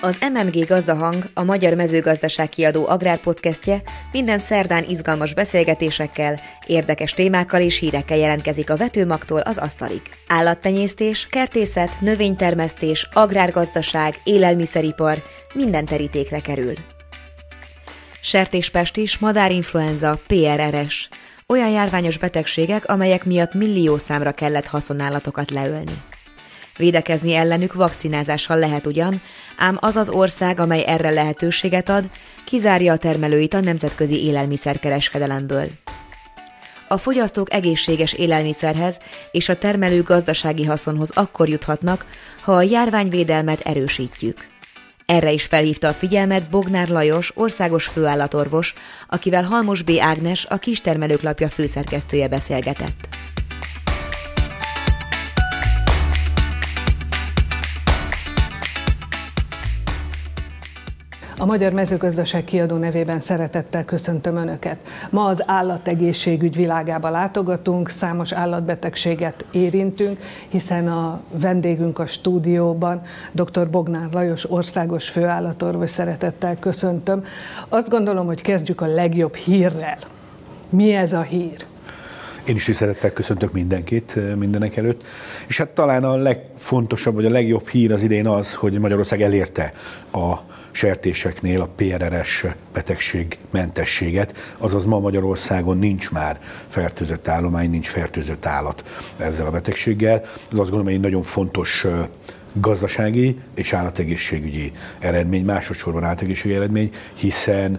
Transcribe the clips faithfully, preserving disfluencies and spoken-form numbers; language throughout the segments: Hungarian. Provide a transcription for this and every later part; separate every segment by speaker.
Speaker 1: Az em em gé Gazdahang, a Magyar Mezőgazdaság Kiadó agrárpodcastje minden szerdán izgalmas beszélgetésekkel, érdekes témákkal és hírekkel jelentkezik a vetőmagtól az asztalig. Állattenyésztés, kertészet, növénytermesztés, agrárgazdaság, élelmiszeripar, minden terítékre kerül. Sertéspestis, madárinfluenza, pé er er es. Olyan járványos betegségek, amelyek miatt millió számra kellett haszonállatokat leölni. Védekezni ellenük vakcinázással lehet ugyan, ám az az ország, amely erre lehetőséget ad, kizárja a termelőit a nemzetközi élelmiszerkereskedelemből. A fogyasztók egészséges élelmiszerhez és a termelő gazdasági haszonhoz akkor juthatnak, ha a járványvédelmet erősítjük. Erre is felhívta a figyelmet Bognár Lajos, országos főállatorvos, akivel Halmos B. Ágnes, a Kistermelők Lapja főszerkesztője beszélgetett.
Speaker 2: A Magyar Mezőgazdaság Kiadó nevében szeretettel köszöntöm Önöket. Ma az állategészségügy világába látogatunk, számos állatbetegséget érintünk, hiszen a vendégünk a stúdióban, dr. Bognár Lajos, országos főállatorvos, szeretettel köszöntöm. Azt gondolom, hogy kezdjük a legjobb hírrel. Mi ez a hír?
Speaker 3: Én is szeretettel köszöntök mindenkit mindenek előtt. És hát talán a legfontosabb, vagy a legjobb hír az idén az, hogy Magyarország elérte a sertéseknél a pé er er es betegség mentességet, azaz ma Magyarországon nincs már fertőzött állomány, nincs fertőzött állat ezzel a betegséggel. Ez azt gondolom, hogy egy nagyon fontos gazdasági és állategészségügyi eredmény, másodszorban állategészségügyi eredmény, hiszen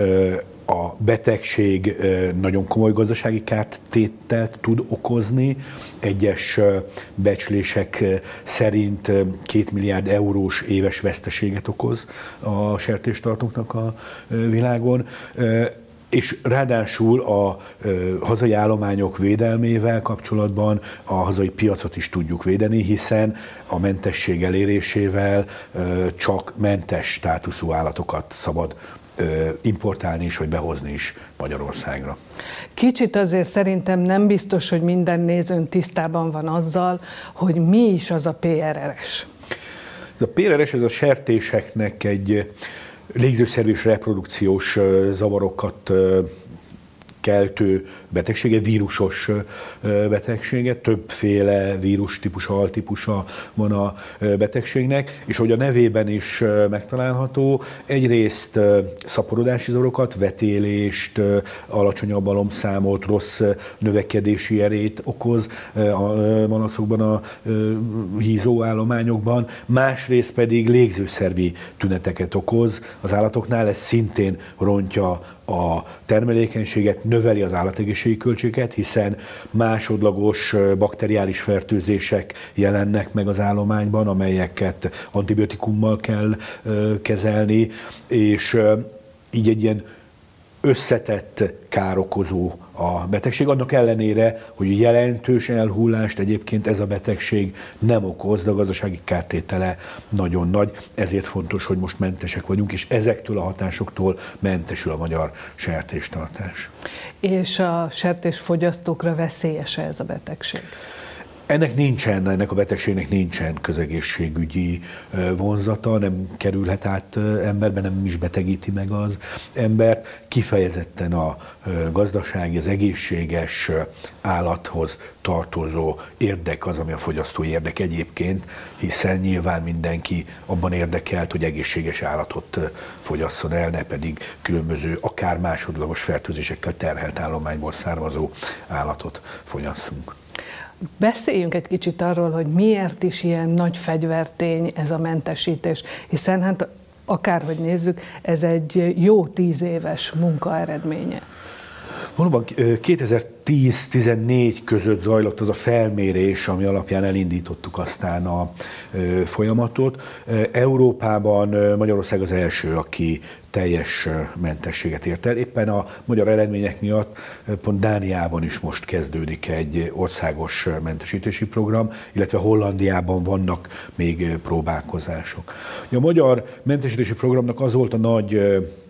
Speaker 3: a betegség nagyon komoly gazdasági kártételt tud okozni. Egyes becslések szerint két milliárd eurós éves veszteséget okoz a sertéstartóknak a világon. És ráadásul a hazai állományok védelmével kapcsolatban a hazai piacot is tudjuk védeni, hiszen a mentesség elérésével csak mentes státuszú állatokat szabad importálni is, vagy behozni is Magyarországra.
Speaker 2: Kicsit azért szerintem nem biztos, hogy minden nézőn tisztában van azzal, hogy mi is az a pé er er es.
Speaker 3: A pé er er es ez a sertéseknek egy légzőszervi és reprodukciós zavarokat keltő betegsége, vírusos betegsége, többféle vírustípusa, altípusa van a betegségnek, és ahogy a nevében is megtalálható, egyrészt szaporodási zavarokat, vetélést, alacsonyabb alomszámot, rossz növekedési erét okoz a malacokban, a hízóállományokban, másrészt pedig légzőszervi tüneteket okoz az állatoknál, ez szintén rontja a termelékenységet, növeli az állategészségügyi költségeket, hiszen másodlagos bakteriális fertőzések jelennek meg az állományban, amelyeket antibiotikummal kell kezelni, és így egy ilyen összetett károkozó a betegség, annak ellenére, hogy jelentős elhullást egyébként ez a betegség nem okoz, de a gazdasági kártétele nagyon nagy, ezért fontos, hogy most mentesek vagyunk, és ezektől a hatásoktól mentesül a magyar sertéstartás.
Speaker 2: És a sertésfogyasztókra veszélyes ez a betegség?
Speaker 3: Ennek nincsen, ennek a betegségnek nincsen közegészségügyi vonzata, nem kerülhet át emberben, nem is betegíti meg az embert. Kifejezetten a gazdasági, az egészséges állathoz tartozó érdek az, ami a fogyasztói érdek egyébként, hiszen nyilván mindenki abban érdekelt, hogy egészséges állatot fogyasszon el, ne pedig különböző, akár másodlagos fertőzésekkel terhelt állományból származó állatot fogyasszunk.
Speaker 2: Beszéljünk egy kicsit arról, hogy miért is ilyen nagy fegyvertény ez a mentesítés, hiszen hát akárhogy nézzük, ez egy jó tíz éves munka eredménye.
Speaker 3: Valóban kétezer-tíz-tizennégy között zajlott az a felmérés, ami alapján elindítottuk aztán a folyamatot. Európában Magyarország az első, aki teljes mentességet ért el. Éppen a magyar eredmények miatt pont Dániában is most kezdődik egy országos mentesítési program, illetve Hollandiában vannak még próbálkozások. A magyar mentesítési programnak az volt a nagy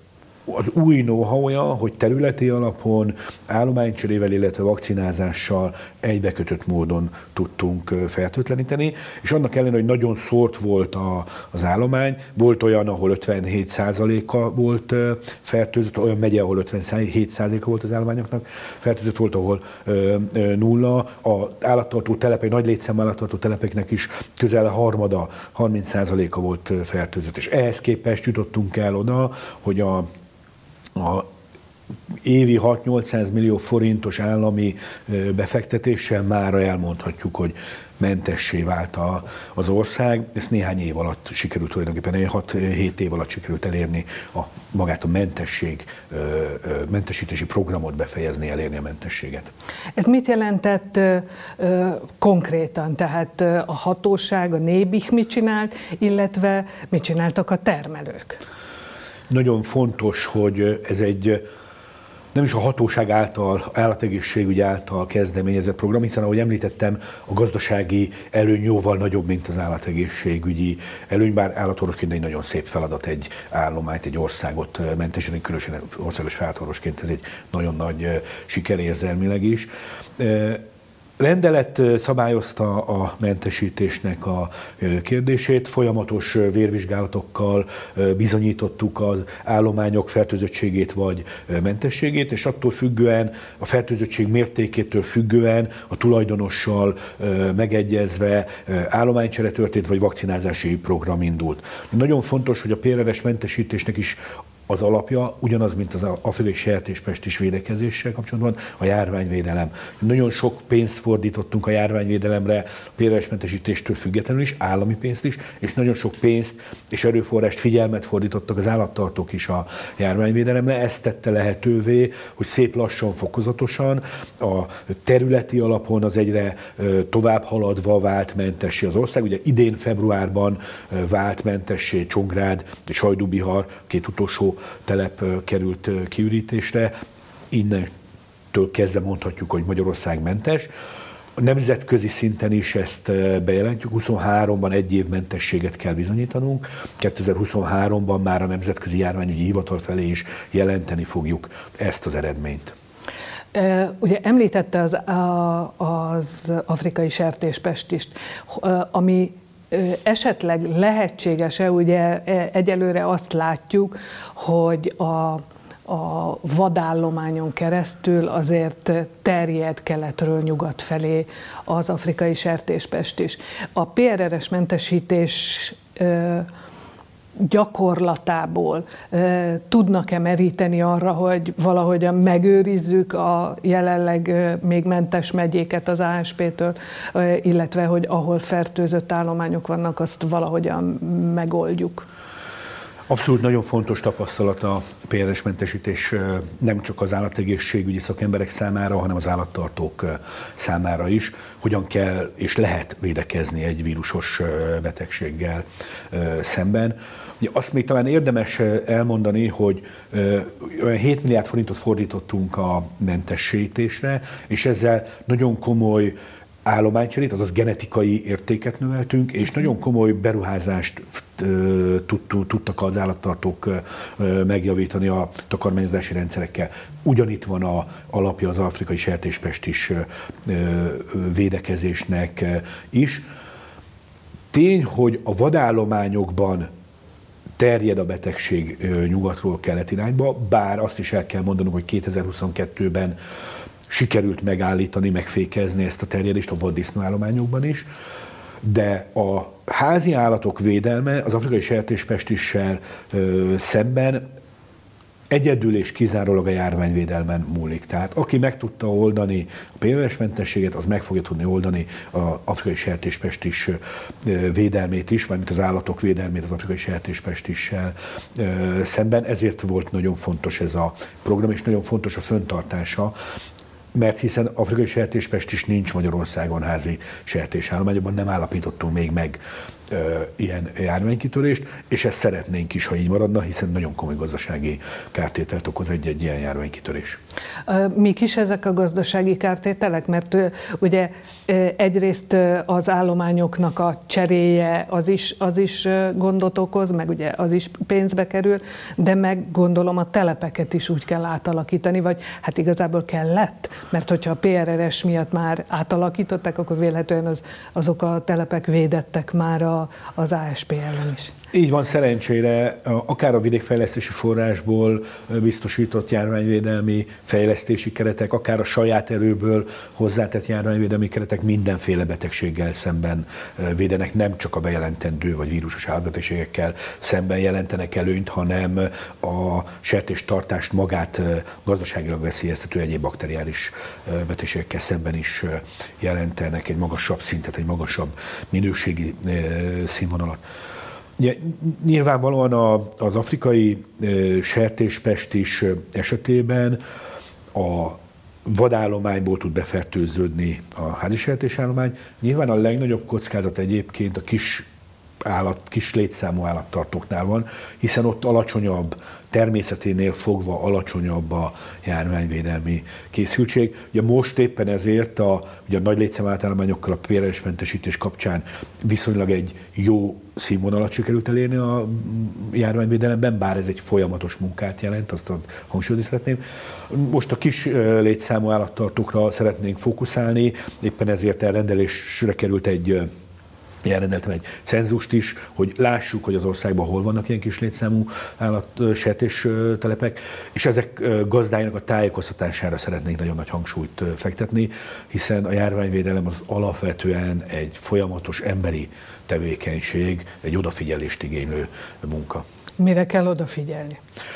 Speaker 3: az új know-how-ja, hogy területi alapon, állománycserével, illetve vakcinázással egybekötött módon tudtunk fertőtleníteni, és annak ellenére, hogy nagyon szórt volt a, az állomány, volt olyan, ahol ötvenhét százaléka volt fertőzött, olyan megye, ahol ötvenhét százaléka volt az állományoknak fertőzött, volt, ahol ö, ö, nulla. Az állattartó telepek, nagy létszámú állattartó telepeknek is közel a harmada, harminc százaléka volt fertőzött, és ehhez képest jutottunk el oda, hogy a, a évi hat-nyolcszáz millió forintos állami befektetéssel mára elmondhatjuk, hogy mentessé vált a, az ország. Ezt néhány év alatt sikerült tulajdonképpen, hat-hét év alatt sikerült elérni a, magát a mentesség, mentesítési programot befejezni, elérni a mentességet.
Speaker 2: Ez mit jelentett ö, konkrétan? Tehát a hatóság, a Nébih mit csinált, illetve mit csináltak a termelők? Nagyon
Speaker 3: fontos, hogy ez egy nem is a hatóság által, állategészségügy által kezdeményezett program, hiszen ahogy említettem, a gazdasági előny jóval nagyobb, mint az állategészségügyi előny, bár állatorvosként egy nagyon szép feladat egy állományt, egy országot mentesíteni, különösen országos állatorvosként ez egy nagyon nagy siker érzelmileg is. Rendelet szabályozta a mentesítésnek a kérdését, folyamatos vérvizsgálatokkal bizonyítottuk az állományok fertőzöttségét vagy mentességét, és attól függően, a fertőzöttség mértékétől függően a tulajdonossal megegyezve állománycsere történt, vagy vakcinázási program indult. Nagyon fontos, hogy a pé er er es mentesítésnek is az alapja ugyanaz, mint az afrikai sertéspestis védekezéssel kapcsolatban, a járványvédelem. Nagyon sok pénzt fordítottunk a járványvédelemre, a pé er er es mentesítéstől függetlenül is, állami pénzt is, és nagyon sok pénzt és erőforrást, figyelmet fordítottak az állattartók is a járványvédelemre. Ezt tette lehetővé, hogy szép lassan, fokozatosan, a területi alapon az egyre tovább haladva vált mentessé az ország. Ugye idén februárban vált mentessé Csongrád és Hajdú-Bihar, két utolsó telep került kiürítésre. Innentől kezdve mondhatjuk, hogy Magyarország mentes. A nemzetközi szinten is ezt bejelentjük. huszonháromban egy év mentességet kell bizonyítanunk. kétezer-huszonháromban már a Nemzetközi Járványügyi Hivatal felé is jelenteni fogjuk ezt az eredményt.
Speaker 2: Ugye említette az, az afrikai sertéspestist, ami esetleg lehetséges-e, ugye egyelőre azt látjuk, hogy a, a vadállományon keresztül azért terjed keletről nyugat felé az afrikai sertéspest is. A pé er er es mentesítés gyakorlatából e, tudnak-e meríteni arra, hogy valahogyan megőrizzük a jelenleg még mentes megyéket az á es pé-től, e, illetve hogy ahol fertőzött állományok vannak, azt valahogyan megoldjuk?
Speaker 3: Abszolút nagyon fontos tapasztalat a pé er er es mentesítés nem csak az állategészségügyi szakemberek számára, hanem az állattartók számára is, hogyan kell és lehet védekezni egy vírusos betegséggel szemben. Ugye azt még talán érdemes elmondani, hogy olyan hét milliárd forintot fordítottunk a mentesítésre, és ezzel nagyon komoly állománycserét, azaz genetikai értéket növeltünk, és nagyon komoly beruházást tudtak az állattartók megjavítani a takarmányozási rendszerekkel. Ugyanitt van a alapja az afrikai sertéspestis védekezésnek is. Tény, hogy a vadállományokban terjed a betegség nyugatról kelet irányba, bár azt is el kell mondanunk, hogy kétezer-huszonkettőben sikerült megállítani, megfékezni ezt a terjedést a vaddisznóállományokban is, de a házi állatok védelme az afrikai sertéspestissel ö, szemben egyedül és kizárólag a járványvédelmen múlik. Tehát aki meg tudta oldani a pé er er es mentességet, az meg fogja tudni oldani az afrikai sertéspestis védelmét is, mármint az állatok védelmét az afrikai sertéspestissel szemben. Ezért volt nagyon fontos ez a program, és nagyon fontos a föntartása, mert hiszen afrikai sertéspest is nincs Magyarországon házi sertésállományokban, nem állapítottunk még meg ilyen járványkitörést, és ezt szeretnénk is, ha így maradna, hiszen nagyon komoly gazdasági kártételt okoz egy-egy ilyen járványkitörés.
Speaker 2: Mik is ezek a gazdasági kártételek? Mert ugye egyrészt az állományoknak a cseréje az is, az is gondot okoz, meg ugye az is pénzbe kerül, de meg gondolom a telepeket is úgy kell átalakítani, vagy hát igazából kellett, mert hogyha a pé er er es miatt már átalakították, akkor vélhetően az, azok a telepek védettek már a, az á es pé ellen is.
Speaker 3: Így van, szerencsére akár a vidékfejlesztési forrásból biztosított járványvédelmi fejlesztési keretek, akár a saját erőből hozzátett járványvédelmi keretek mindenféle betegséggel szemben védenek, nem csak a bejelentendő vagy vírusos állatbetegségekkel szemben jelentenek előnyt, hanem a sertéstartást magát gazdaságilag veszélyeztető egyéb bakteriális betegségekkel szemben is jelentenek egy magasabb szintet, egy magasabb minőségi színvonalat. Ja, nyilvánvalóan az afrikai sertéspest is esetében a vadállományból tud befertőződni a házi sertésállomány. Nyilván a legnagyobb kockázat egyébként a kis állat, kis létszámú állattartóknál van, hiszen ott alacsonyabb, természeténél fogva alacsonyabb a járványvédelmi készültség. Ugye most éppen ezért a, ugye a nagy létszámú állatállományokkal a pé er er es mentesítés kapcsán viszonylag egy jó színvonalat sikerült elérni a járványvédelemben, bár ez egy folyamatos munkát jelent, azt hangsúlyozni szeretném. Most a kis létszámú állattartókra szeretnénk fókuszálni, éppen ezért elrendelésre került egy elrendeltem egy cenzust is, hogy lássuk, hogy az országban hol vannak ilyen kis létszámú állatsertés telepek, és ezek gazdáinak a tájékoztatására szeretnénk nagyon nagy hangsúlyt fektetni, hiszen a járványvédelem az alapvetően egy folyamatos emberi tevékenység, egy odafigyelést igénylő munka.
Speaker 2: Mire kell odafigyelni?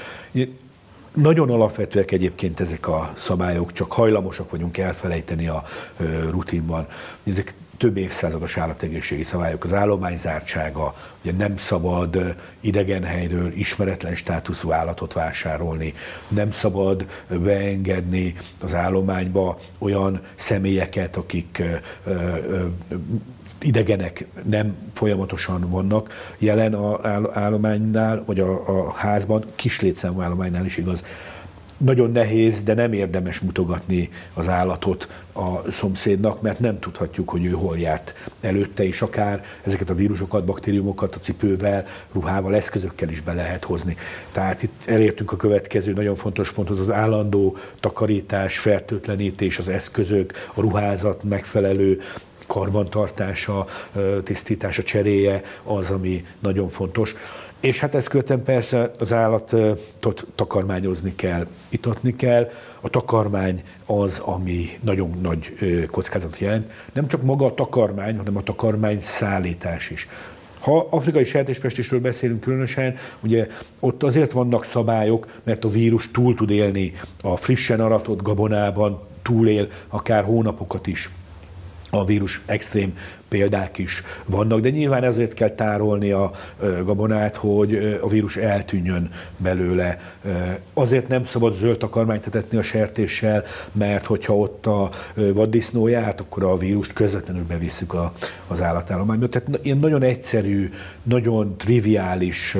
Speaker 3: Nagyon alapvetőek egyébként ezek a szabályok, csak hajlamosak vagyunk elfelejteni a rutinban. Ezek több évszázados állategészségi szabályok, az állományzártsága, ugye nem szabad idegen helyről ismeretlen státuszú állatot vásárolni, nem szabad beengedni az állományba olyan személyeket, akik ö, ö, idegenek nem folyamatosan vannak jelen az állománynál, vagy a, a házban, kis létszámú állománynál is igaz. Nagyon nehéz, de nem érdemes mutogatni az állatot a szomszédnak, mert nem tudhatjuk, hogy ő hol járt előtte, és akár ezeket a vírusokat, baktériumokat a cipővel, ruhával, eszközökkel is be lehet hozni. Tehát itt elértünk a következő nagyon fontos ponthoz, az állandó takarítás, fertőtlenítés, az eszközök, a ruházat megfelelő karbantartása, tisztítása, cseréje az, ami nagyon fontos. És hát ezt követően persze az állatot takarmányozni kell, itatni kell. A takarmány az, ami nagyon nagy kockázatot jelent. Nem csak maga a takarmány, hanem a takarmány szállítás is. Ha afrikai sertéspestésről beszélünk különösen, ugye ott azért vannak szabályok, mert a vírus túl tud élni a frissen aratott gabonában, túlél akár hónapokat is. A vírus extrém példák is vannak, de nyilván ezért kell tárolni a gabonát, hogy a vírus eltűnjön belőle. Azért nem szabad zöld takarmányt etetni a sertéssel, mert hogyha ott a vaddisznó járt, akkor a vírust közvetlenül bevisszük a, az állatállományba. Tehát ilyen nagyon egyszerű, nagyon triviális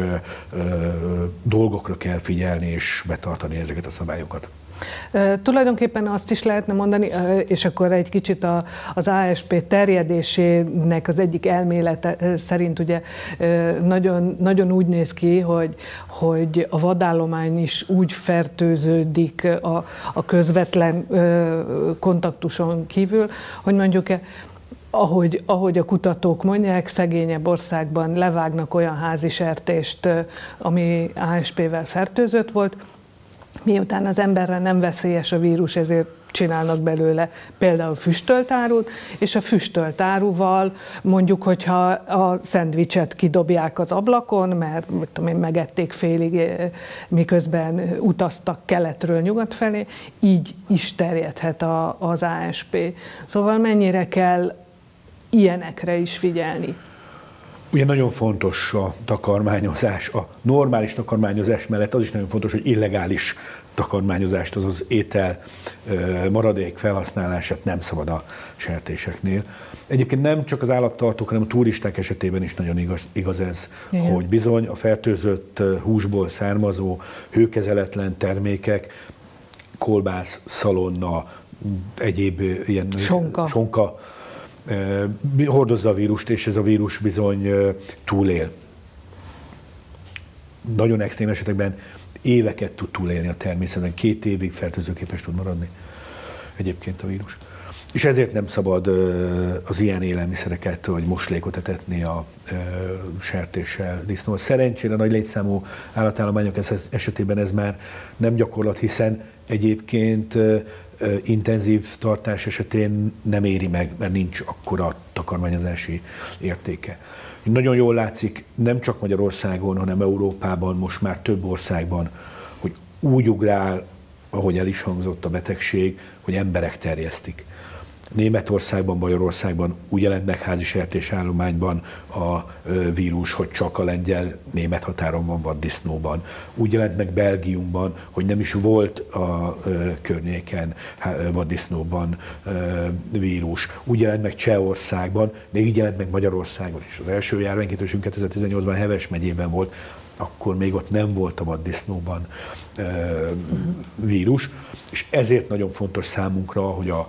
Speaker 3: dolgokra kell figyelni és betartani ezeket a szabályokat.
Speaker 2: Uh, tulajdonképpen azt is lehetne mondani, uh, és akkor egy kicsit a, az á es pé terjedésének az egyik elmélete uh, szerint ugye uh, nagyon, nagyon úgy néz ki, hogy, hogy a vadállomány is úgy fertőződik a, a közvetlen uh, kontaktuson kívül, hogy mondjuk Ahogy, ahogy a kutatók mondják, szegényebb országban levágnak olyan házi sertést, ami á es pével fertőzött volt, miután az emberre nem veszélyes a vírus, ezért csinálnak belőle például füstölt árut, és a füstölt áruval mondjuk, hogyha a szendvicset kidobják az ablakon, mert mit tudom én, megették félig, miközben utaztak keletről nyugat felé, így is terjedhet a, az á es pé. Szóval mennyire kell ilyenekre is figyelni?
Speaker 3: Ugye nagyon fontos a takarmányozás, a normális takarmányozás mellett az is nagyon fontos, hogy illegális takarmányozást, azaz étel maradék felhasználását nem szabad a sertéseknél. Egyébként nem csak az állattartók, hanem a turisták esetében is nagyon igaz, igaz ez, igen. hogy bizony a fertőzött húsból származó hőkezeletlen termékek, kolbász, szalonna, egyéb ilyen
Speaker 2: sonka,
Speaker 3: sonka hordozza a vírust, és ez a vírus bizony túlél. Nagyon extrém esetekben éveket tud túlélni a természetben, két évig fertőzőképes tud maradni egyébként a vírus. És ezért nem szabad az ilyen élelmiszereket, vagy moslékot etetni a sertéssel, disznóval. Szerencsére nagy létszámú állatállományok esetében ez már nem gyakorlat, hiszen egyébként intenzív tartás esetén nem éri meg, mert nincs akkora takarmányozási értéke. Nagyon jól látszik, nem csak Magyarországon, hanem Európában, most már több országban, hogy úgy ugrál, ahogy el is hangzott a betegség, hogy emberek terjesztik. Németországban, Bajorországban úgy jelent meg házi sertésállományban a vírus, hogy csak a lengyel-német határon van vaddisznóban. Úgy jelent meg Belgiumban, hogy nem is volt a környéken vaddisznóban vírus. Úgy jelent meg Csehországban, de így jelent meg Magyarországon is. Az első járványkitörésünk kétezer-tizennyolcban Heves megyében volt, akkor még ott nem volt a vaddisznóban vírus, és ezért nagyon fontos számunkra, hogy a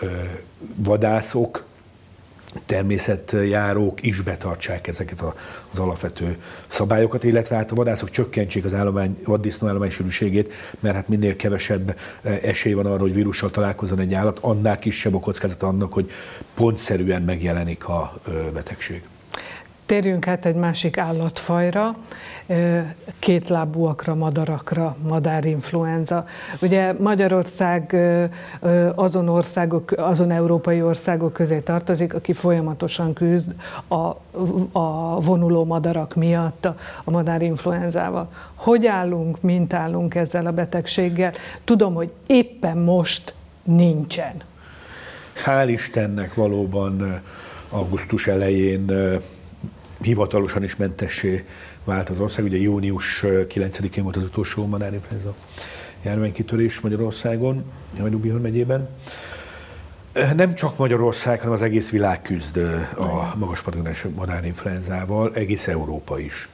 Speaker 3: vadászok, természetjárók is betartsák ezeket az alapvető szabályokat, illetve hát a vadászok csökkentsék az állomány, vaddisznó állomány sűrűségét, mert hát minél kevesebb esély van arra, hogy vírussal találkozzon egy állat, annál kisebb a kockázata annak, hogy pontszerűen megjelenik a betegség.
Speaker 2: Térjünk át egy másik állatfajra, kétlábúakra, madarakra, madárinfluenza. Ugye Magyarország azon országok, azon európai országok közé tartozik, aki folyamatosan küzd a, a vonuló madarak miatt a madárinfluenzával. Hogy állunk, mint állunk ezzel a betegséggel? Tudom, hogy éppen most nincsen.
Speaker 3: Hál' Istennek valóban augusztus elején hivatalosan is mentessé vált az ország. Ugye június kilencedikén volt az utolsó madárinfluenza járványkitörés Magyarországon, Hajdú-Bihar megyében. Nem csak Magyarország, hanem az egész világ küzd a magas patogénus madárinfluenzával, egész Európa is.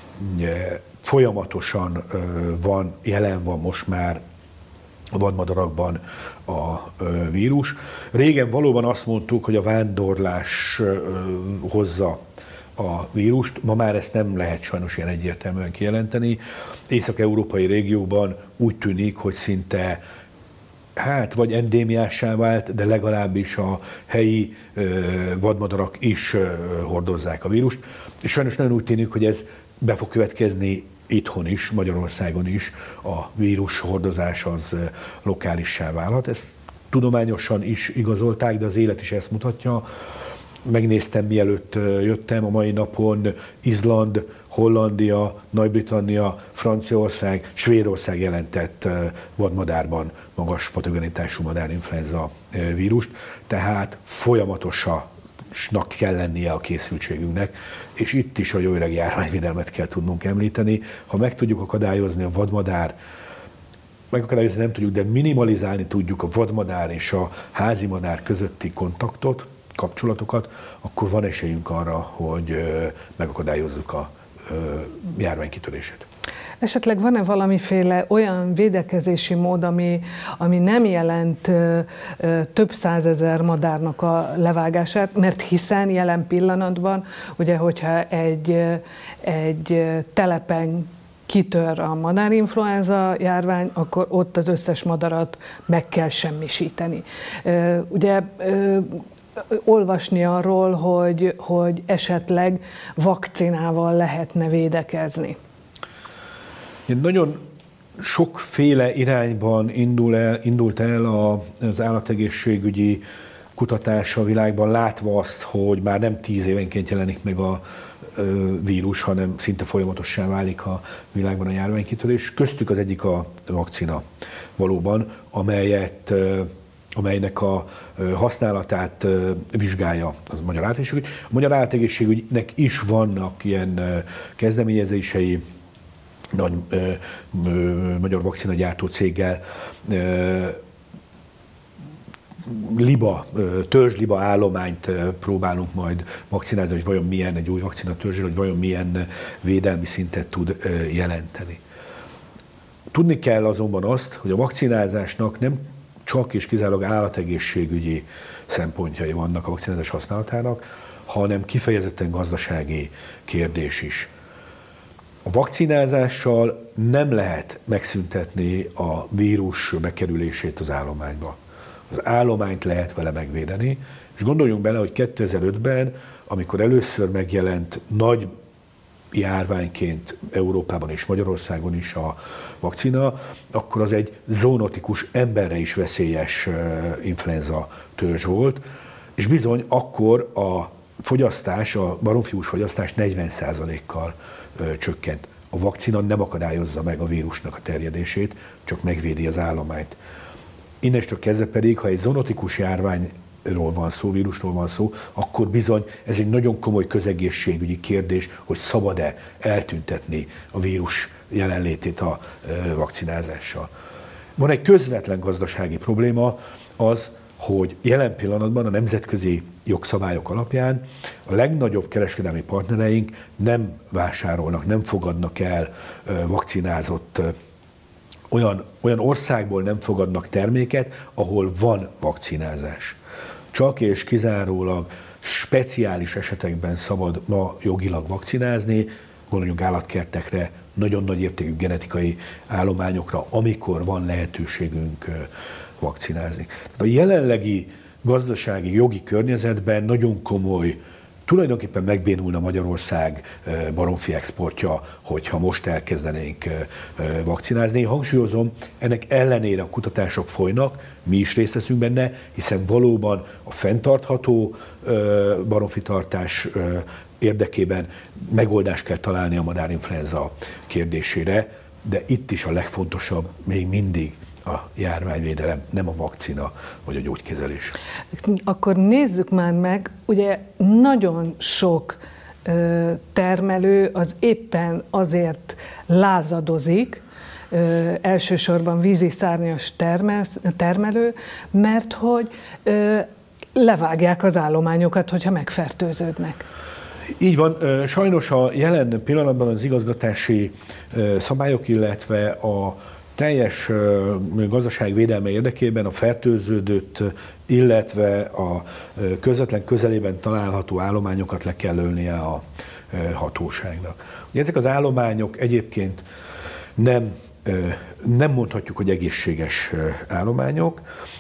Speaker 3: Folyamatosan van, jelen van most már a vadmadarakban a vírus. Régen valóban azt mondtuk, hogy a vándorlás hozza a vírust, ma már ezt nem lehet sajnos ilyen egyértelműen kijelenteni. Észak-európai régióban úgy tűnik, hogy szinte hát vagy endémiássá vált, de legalábbis a helyi ö, vadmadarak is ö, hordozzák a vírust. És sajnos nagyon úgy tűnik, hogy ez be fog következni itthon is, Magyarországon is, a vírus hordozás az ö, lokálissá válhat. Ezt tudományosan is igazolták, de az élet is ezt mutatja. Megnéztem, mielőtt jöttem a mai napon, Izland, Hollandia, Nagy-Britannia, Franciaország, Svédország jelentett vadmadárban magas patogenitású madárinfluenza vírust, tehát folyamatosnak kell lennie a készültségünknek, és itt is a jó öreg járványvédelmet kell tudnunk említeni. Ha meg tudjuk akadályozni a vadmadár, megakadályozni nem tudjuk, de minimalizálni tudjuk a vadmadár és a házi madár közötti kontaktot, kapcsolatokat, akkor van esélyünk arra, hogy megakadályozzuk a járványkitörését.
Speaker 2: Esetleg van-e valamiféle olyan védekezési mód, ami, ami nem jelent ö, ö, több százezer madárnak a levágását, mert hiszen jelen pillanatban, ugye, hogyha egy, egy telepen kitör a madárinfluenza járvány, akkor ott az összes madarat meg kell semmisíteni. Ö, ugye ö, olvasni arról, hogy, hogy esetleg vakcinával lehetne védekezni.
Speaker 3: Nagyon sokféle irányban indul el, indult el az állategészségügyi kutatás a világban, látva azt, hogy már nem tíz évenként jelenik meg a vírus, hanem szinte folyamatossá válik a világban a járványkitörés. Köztük az egyik a vakcina valóban, amelyet amelynek a használatát vizsgálja az Magyar Állategészségügy. A Magyar Állategészségügynek is vannak ilyen kezdeményezései, nagy ö, ö, magyar vakcinagyártó céggel, ö, liba, törzsliba állományt próbálunk majd vakcinázni, hogy vajon milyen egy új vakcina törzsről, hogy vajon milyen védelmi szintet tud jelenteni. Tudni kell azonban azt, hogy a vakcinázásnak nem csak és kizárólag állategészségügyi szempontjai vannak a vakcinázás használatának, hanem kifejezetten gazdasági kérdés is. A vakcinázással nem lehet megszüntetni a vírus bekerülését az állományba. Az állományt lehet vele megvédeni, és gondoljunk bele, hogy kétezer-ötben, amikor először megjelent nagy járványként Európában és Magyarországon is a vakcina, akkor az egy zoonotikus, emberre is veszélyes influenza törzs volt, és bizony akkor a fogyasztás, a baromfihús fogyasztás negyven százalékkal csökkent. A vakcina nem akadályozza meg a vírusnak a terjedését, csak megvédi az állományt. Innestől kezdve pedig, ha egy zoonotikus járványról van szó, vírusról van szó, akkor bizony ez egy nagyon komoly közegészségügyi kérdés, hogy szabad-e eltüntetni a vírus jelenlétét a vakcinázással. Van egy közvetlen gazdasági probléma, az, hogy jelen pillanatban a nemzetközi jogszabályok alapján a legnagyobb kereskedelmi partnereink nem vásárolnak, nem fogadnak el vakcinázott Olyan, olyan országból nem fogadnak terméket, ahol van vakcinázás. Csak és kizárólag speciális esetekben szabad ma jogilag vakcinázni, gondoljunk állatkertekre, nagyon nagy értékű genetikai állományokra, amikor van lehetőségünk vakcinázni. Tehát a jelenlegi gazdasági, jogi környezetben nagyon komoly, tulajdonképpen megbénulna Magyarország baromfi exportja, hogyha most elkezdenénk vakcinázni. Hangsúlyozom, ennek ellenére a kutatások folynak, mi is részt veszünk benne, hiszen valóban a fenntartható baromfitartás érdekében megoldást kell találni a madárinfluenza kérdésére, de itt is a legfontosabb még mindig a járványvédelem, nem a vakcina vagy a gyógykezelés.
Speaker 2: Akkor nézzük már meg, ugye nagyon sok ö, termelő az éppen azért lázadozik, ö, elsősorban víziszárnyas termelő, mert hogy ö, levágják az állományokat, hogyha megfertőződnek.
Speaker 3: Így van, sajnos a jelen pillanatban az igazgatási szabályok, illetve a teljes gazdaságvédelme érdekében a fertőződött, illetve a közvetlen közelében található állományokat le kell ölnie a hatóságnak. Ugye ezek az állományok egyébként nem, nem mondhatjuk, hogy egészséges állományok.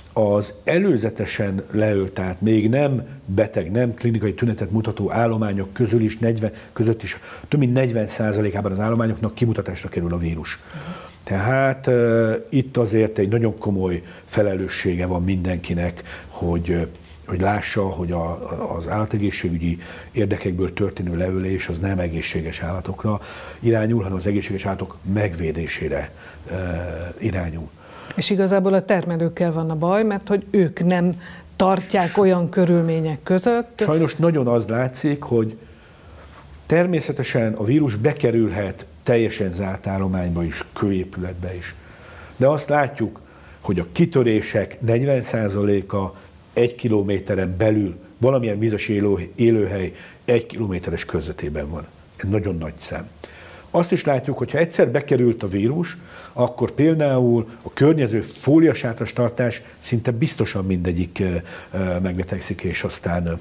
Speaker 3: Az előzetesen leölt, tehát még nem beteg, nem klinikai tünetet mutató állományok közül is, negyven, között is több mint negyven százalékában az állományoknak kimutatásra kerül a vírus. Tehát uh, itt azért egy nagyon komoly felelőssége van mindenkinek, hogy, hogy lássa, hogy a, az állategészségügyi érdekekből történő leölés az nem egészséges állatokra irányul, hanem az egészséges állatok megvédésére uh, irányul.
Speaker 2: És igazából a termelőkkel van a baj, mert hogy ők nem tartják olyan körülmények között.
Speaker 3: Sajnos nagyon az látszik, hogy természetesen a vírus bekerülhet teljesen zárt állományba is, kőépületbe is. De azt látjuk, hogy a kitörések negyven százaléka egy kilométeren belül, valamilyen vizes élő, élőhely egy kilométeres körzetében van. Ez nagyon nagy szám. Azt is látjuk, hogy ha egyszer bekerült a vírus, akkor például a környező fóliasátras tartás szinte biztosan mindegyik megbetegszik, és aztán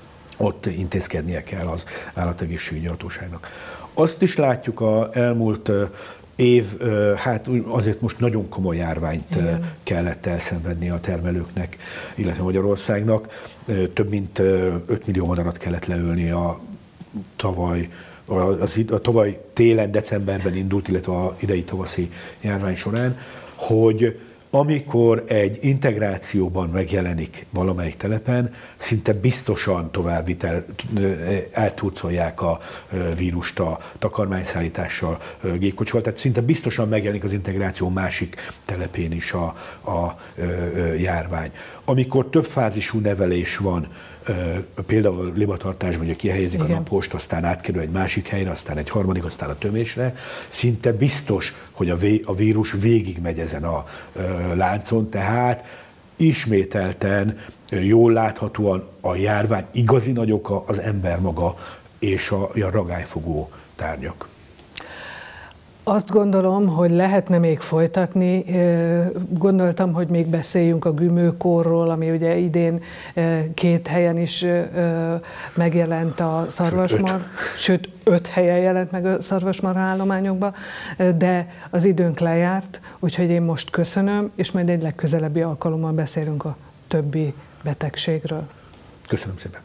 Speaker 3: ott intézkednie kell az állategészségügyi hatóságnak. Azt is látjuk az elmúlt év, hát azért most nagyon komoly járványt Igen. kellett elszenvedni a termelőknek, illetve Magyarországnak. Több mint öt millió madarat kellett leölni a tavaly, az, a tavaly télen, decemberben indult, illetve az idei tavaszi járvány során, hogy amikor egy integrációban megjelenik valamelyik telepen, szinte biztosan továbbvitel, elturcolják a vírust a takarmányszállítással, gépkocsival, tehát szinte biztosan megjelenik az integráció másik telepén is a, a járvány. Amikor többfázisú nevelés van, például a libatartásban, hogy kihelyezik Igen. a napost, aztán átkerül egy másik helyre, aztán egy harmadik, aztán a tömésre, szinte biztos, hogy a, vé, a vírus végigmegy ezen a ö, láncon, tehát ismételten, jól láthatóan a járvány igazi nagy oka az ember maga és a, a ragályfogó tárgyak.
Speaker 2: Azt gondolom, hogy lehetne még folytatni. Gondoltam, hogy még beszéljünk a gümőkorról, ami ugye idén két helyen is megjelent a szarvasmarha, sőt öt helyen jelent meg a szarvasmarha állományokban, de az időnk lejárt, úgyhogy én most köszönöm, és majd egy legközelebbi alkalommal beszélünk a többi betegségről.
Speaker 3: Köszönöm szépen.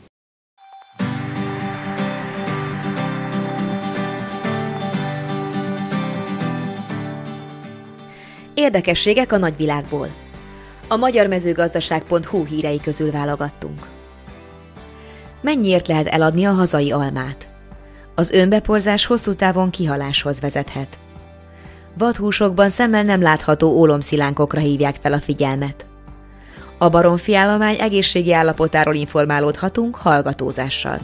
Speaker 1: Érdekességek a nagyvilágból. A magyarmezőgazdaság pont hu hírei közül válogattunk. Mennyiért lehet eladni a hazai almát? Az önbeporzás hosszú távon kihaláshoz vezethet. Vadhúsokban szemmel nem látható ólomszilánkokra hívják fel a figyelmet. A baromfi állomány egészségi állapotáról informálódhatunk hallgatózással.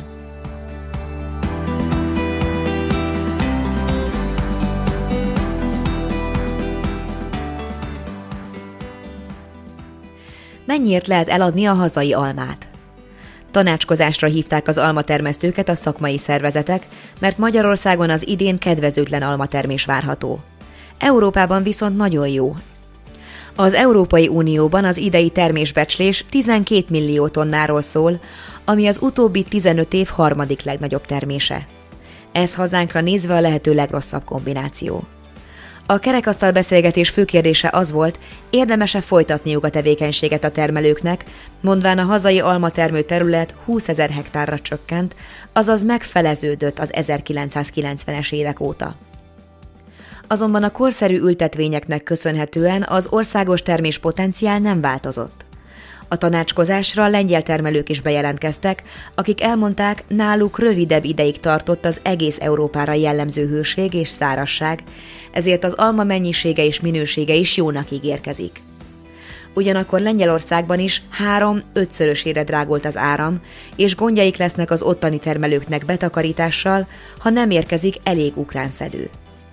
Speaker 1: Mennyiért lehet eladni a hazai almát? Tanácskozásra hívták az almatermesztőket a szakmai szervezetek, mert Magyarországon az idén kedvezőtlen almatermés várható. Európában viszont nagyon jó. Az Európai Unióban az idei termésbecslés tizenkét millió tonnáról szól, ami az utóbbi tizenöt év harmadik legnagyobb termése. Ez hazánkra nézve a lehető legrosszabb kombináció. A kerekasztal beszélgetés fő kérdése az volt, érdemes-e folytatniuk a tevékenységet a termelőknek, mondván a hazai almatermő terület húszezer hektárra csökkent, azaz megfeleződött az ezerkilencszázkilencvenes évek óta. Azonban a korszerű ültetvényeknek köszönhetően az országos terméspotenciál nem változott. A tanácskozásra lengyel termelők is bejelentkeztek, akik elmondták, náluk rövidebb ideig tartott az egész Európára jellemző hőség és szárazság, ezért az alma mennyisége és minősége is jónak ígérkezik. Ugyanakkor Lengyelországban is három-ötszörösére drágult az áram, és gondjaik lesznek az ottani termelőknek betakarítással, ha nem érkezik elég ukrán szedő.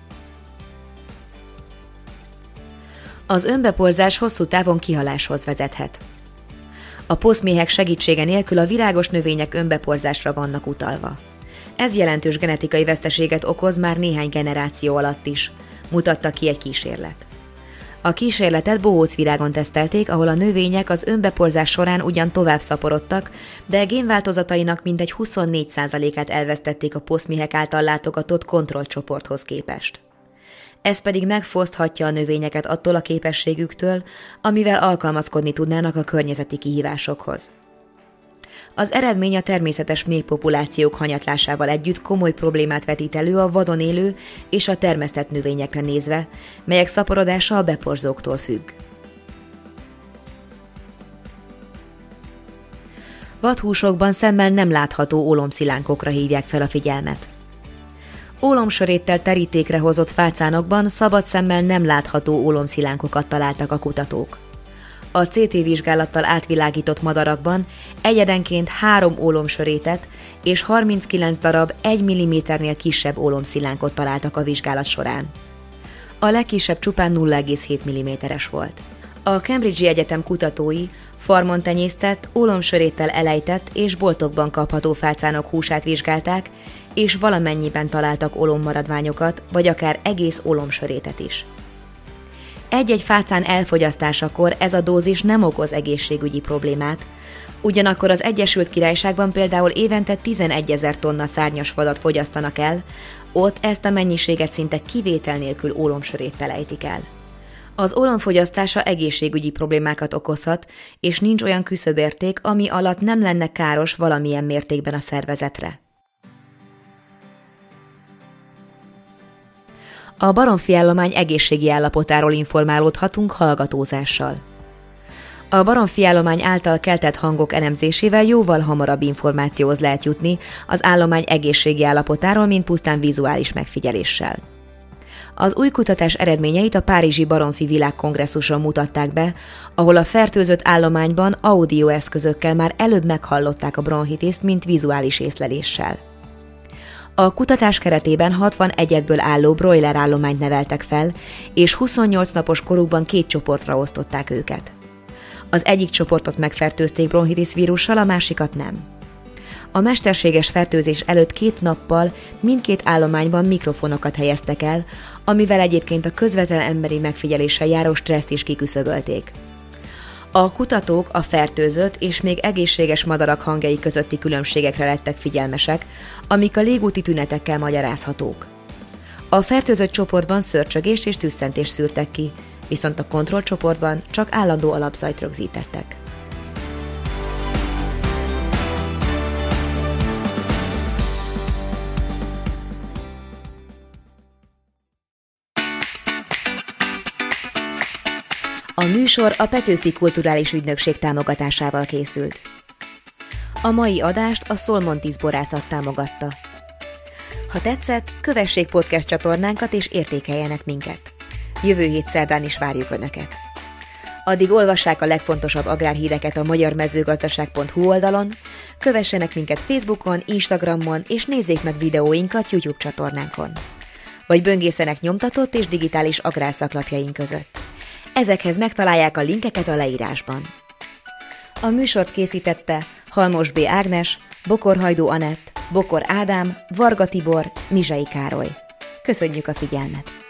Speaker 1: Az önbeporzás hosszú távon kihaláshoz vezethet. A poszméhek segítsége nélkül a virágos növények önbeporzásra vannak utalva. Ez jelentős genetikai veszteséget okoz már néhány generáció alatt is, mutatta ki egy kísérlet. A kísérletet bohócvirágon tesztelték, ahol a növények az önbeporzás során ugyan tovább szaporodtak, de génváltozatainak mintegy huszonnégy százalékát elvesztették a poszméhek által látogatott kontrollcsoporthoz képest. Ez pedig megfoszthatja a növényeket attól a képességüktől, amivel alkalmazkodni tudnának a környezeti kihívásokhoz. Az eredmény a természetes méhpopulációk hanyatlásával együtt komoly problémát vetít elő a vadon élő és a termesztett növényekre nézve, melyek szaporodása a beporzóktól függ. Vadhúsokban szemmel nem látható ólomszilánkokra hívják fel a figyelmet. Ólomsöréttel terítékre hozott fácánokban szabad szemmel nem látható ólomszilánkokat találtak a kutatók. A cé té vizsgálattal átvilágított madarakban egyedenként három ólomsörétet és harminckilenc darab egy milliméternél kisebb ólomszilánkot találtak a vizsgálat során. A legkisebb csupán nulla egész hét milliméteres volt. A Cambridge-i Egyetem kutatói farmon tenyésztett, ólomsöréttel elejtett és boltokban kapható fácánok húsát vizsgálták, és valamennyiben találtak ólommaradványokat, vagy akár egész ólomsörétet is. Egy-egy fácán elfogyasztásakor ez a dózis nem okoz egészségügyi problémát, ugyanakkor az Egyesült Királyságban például évente tizenegyezer tonna szárnyas vadat fogyasztanak el, ott ezt a mennyiséget szinte kivétel nélkül ólomsöréttel ejtik el. Az ólom fogyasztása egészségügyi problémákat okozhat, és nincs olyan küszöbérték, ami alatt nem lenne káros valamilyen mértékben a szervezetre. A baromfi állomány egészségi állapotáról informálódhatunk hallgatózással. A baromfi állomány által keltett hangok elemzésével jóval hamarabb információhoz lehet jutni az állomány egészségi állapotáról, mint pusztán vizuális megfigyeléssel. Az új kutatás eredményeit a Párizsi Baromfi Világkongresszuson mutatták be, ahol a fertőzött állományban audioeszközökkel már előbb meghallották a bronchitiszt, mint vizuális észleléssel. A kutatás keretében hatvan egyedből álló broiler állományt neveltek fel, és huszonnyolc napos korukban két csoportra osztották őket. Az egyik csoportot megfertőzték bronchitis vírussal, a másikat nem. A mesterséges fertőzés előtt két nappal mindkét állományban mikrofonokat helyeztek el, amivel egyébként a közvetlen emberi megfigyeléssel járó stresszt is kiküszöbölték. A kutatók a fertőzött és még egészséges madarak hangjai közötti különbségekre lettek figyelmesek, amik a légúti tünetekkel magyarázhatók. A fertőzött csoportban szörcsögést és tüsszentést szűrtek ki, viszont a kontrollcsoportban csak állandó alapzajt rögzítettek. A műsor a Petőfi Kulturális Ügynökség támogatásával készült. A mai adást a Szolmontis borászat támogatta. Ha tetszett, kövessék podcast csatornánkat és értékeljenek minket. Jövő hét szerdán is várjuk Önöket. Addig olvassák a legfontosabb agrárhíreket a magyar mezőgazdaság pont hu oldalon, kövessenek minket Facebookon, Instagramon és nézzék meg videóinkat YouTube csatornánkon. Vagy böngészenek nyomtatott és digitális agrárszaklapjaink között. Ezekhez megtalálják a linkeket a leírásban. A műsort készítette Halmos B. Ágnes, Bokor-Hajdú Anett, Bokor Ádám, Varga Tibor, Mizsai Károly. Köszönjük a figyelmet!